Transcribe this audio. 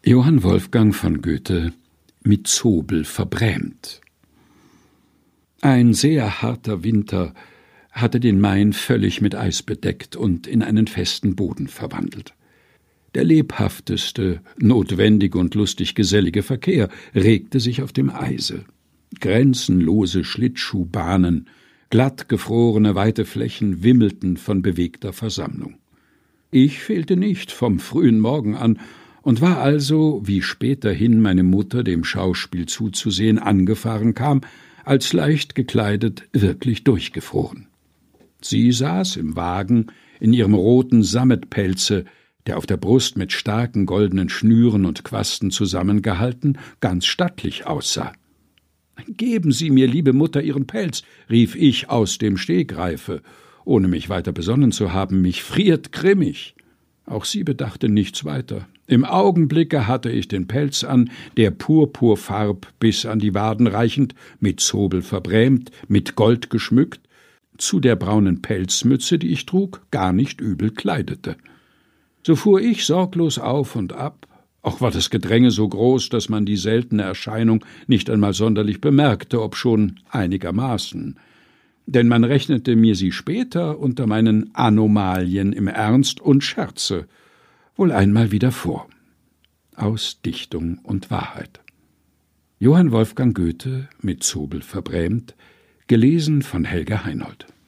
Johann Wolfgang von Goethe mit Zobel verbrämt. Ein sehr harter Winter hatte den Main völlig mit Eis bedeckt und in einen festen Boden verwandelt. Der lebhafteste, notwendige und lustig gesellige Verkehr regte sich auf dem Eise. Grenzenlose Schlittschuhbahnen, glatt gefrorene weite Flächen wimmelten von bewegter Versammlung. Ich fehlte nicht vom frühen Morgen an und war also, wie späterhin meine Mutter dem Schauspiel zuzusehen angefahren kam, als leicht gekleidet wirklich durchgefroren. Sie saß im Wagen in ihrem roten Sammetpelze, der auf der Brust mit starken goldenen Schnüren und Quasten zusammengehalten, ganz stattlich aussah. »Geben Sie mir, liebe Mutter, Ihren Pelz«, rief ich aus dem Stegreife, ohne mich weiter besonnen zu haben, mich friert grimmig. Auch sie bedachte nichts weiter. Im Augenblicke hatte ich den Pelz an, der purpurfarb bis an die Waden reichend, mit Zobel verbrämt, mit Gold geschmückt, zu der braunen Pelzmütze, die ich trug, gar nicht übel kleidete. So fuhr ich sorglos auf und ab, auch war das Gedränge so groß, dass man die seltene Erscheinung nicht einmal sonderlich bemerkte, obschon einigermaßen. Denn man rechnete mir sie später unter meinen Anomalien im Ernst und Scherze wohl einmal wieder vor. Aus Dichtung und Wahrheit. Johann Wolfgang Goethe mit Zobel verbrämt, gelesen von Helga Heinold.